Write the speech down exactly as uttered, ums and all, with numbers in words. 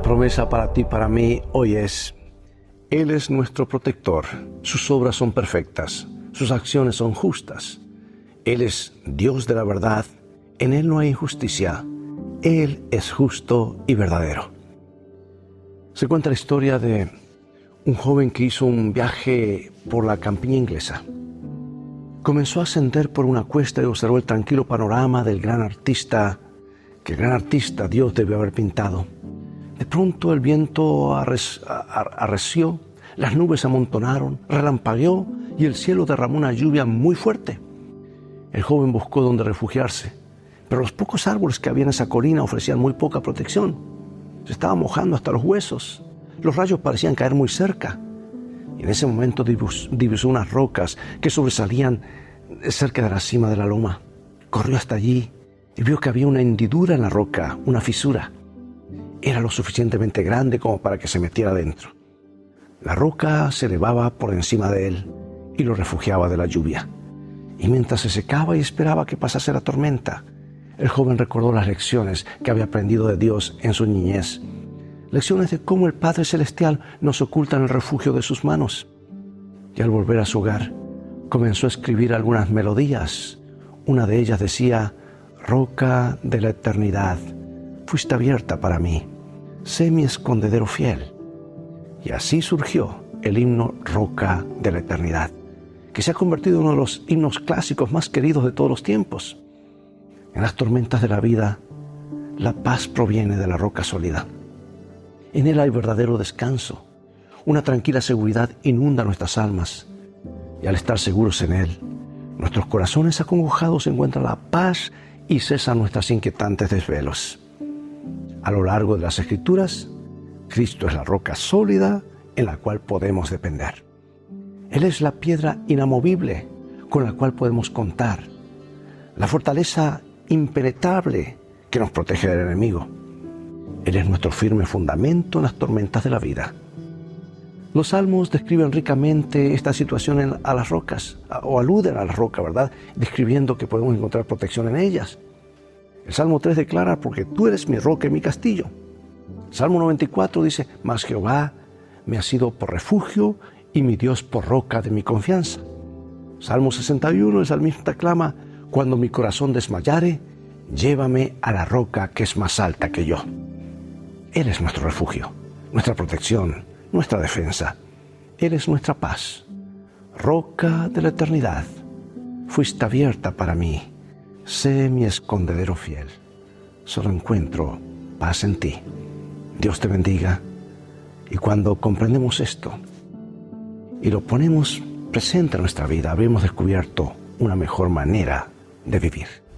La promesa para ti, para mí, hoy es: Él es nuestro protector, sus obras son perfectas, sus acciones son justas. Él es Dios de la verdad, en Él no hay injusticia, Él es justo y verdadero. Se cuenta la historia de un joven que hizo un viaje por la campiña inglesa. Comenzó a ascender por una cuesta y observó el tranquilo panorama del gran artista, que el gran artista Dios debió haber pintado. De pronto el viento arreció, las nubes se amontonaron, relampagueó y el cielo derramó una lluvia muy fuerte. El joven buscó dónde refugiarse, pero los pocos árboles que había en esa colina ofrecían muy poca protección. Se estaba mojando hasta los huesos, los rayos parecían caer muy cerca. Y en ese momento divisó unas rocas que sobresalían cerca de la cima de la loma. Corrió hasta allí y vio que había una hendidura en la roca, una fisura. Era lo suficientemente grande como para que se metiera dentro. La roca se elevaba por encima de él y lo refugiaba de la lluvia. Y mientras se secaba y esperaba que pasase la tormenta, el joven recordó las lecciones que había aprendido de Dios en su niñez. Lecciones de cómo el Padre Celestial nos oculta en el refugio de sus manos. Y al volver a su hogar, comenzó a escribir algunas melodías. Una de ellas decía: Roca de la eternidad, fuiste abierta para mí, sé mi escondedero fiel. Y así surgió el himno Roca de la eternidad, que se ha convertido en uno de los himnos clásicos más queridos de todos los tiempos. En las tormentas de la vida, la paz proviene de la roca sólida. En Él hay verdadero descanso. Una tranquila seguridad inunda nuestras almas. Y al estar seguros en Él, nuestros corazones acongojados encuentran la paz y cesan nuestras inquietantes desvelos. A lo largo de las Escrituras, Cristo es la roca sólida en la cual podemos depender. Él es la piedra inamovible con la cual podemos contar, la fortaleza impenetrable que nos protege del enemigo. Él es nuestro firme fundamento en las tormentas de la vida. Los salmos describen ricamente esta situación en, a las rocas, o aluden a la roca, ¿verdad? Describiendo que podemos encontrar protección en ellas. El Salmo tres declara: porque tú eres mi roca y mi castillo. Salmo noventa y cuatro dice: mas Jehová me ha sido por refugio y mi Dios por roca de mi confianza. Salmo sesenta y uno, el salmista clama: cuando mi corazón desmayare, llévame a la roca que es más alta que yo. Él es nuestro refugio, nuestra protección, nuestra defensa. Él es nuestra paz. Roca de la eternidad, fuiste abierta para mí, sé mi escondedero fiel. Solo encuentro paz en ti. Dios te bendiga. Y cuando comprendemos esto y lo ponemos presente en nuestra vida, habremos descubierto una mejor manera de vivir.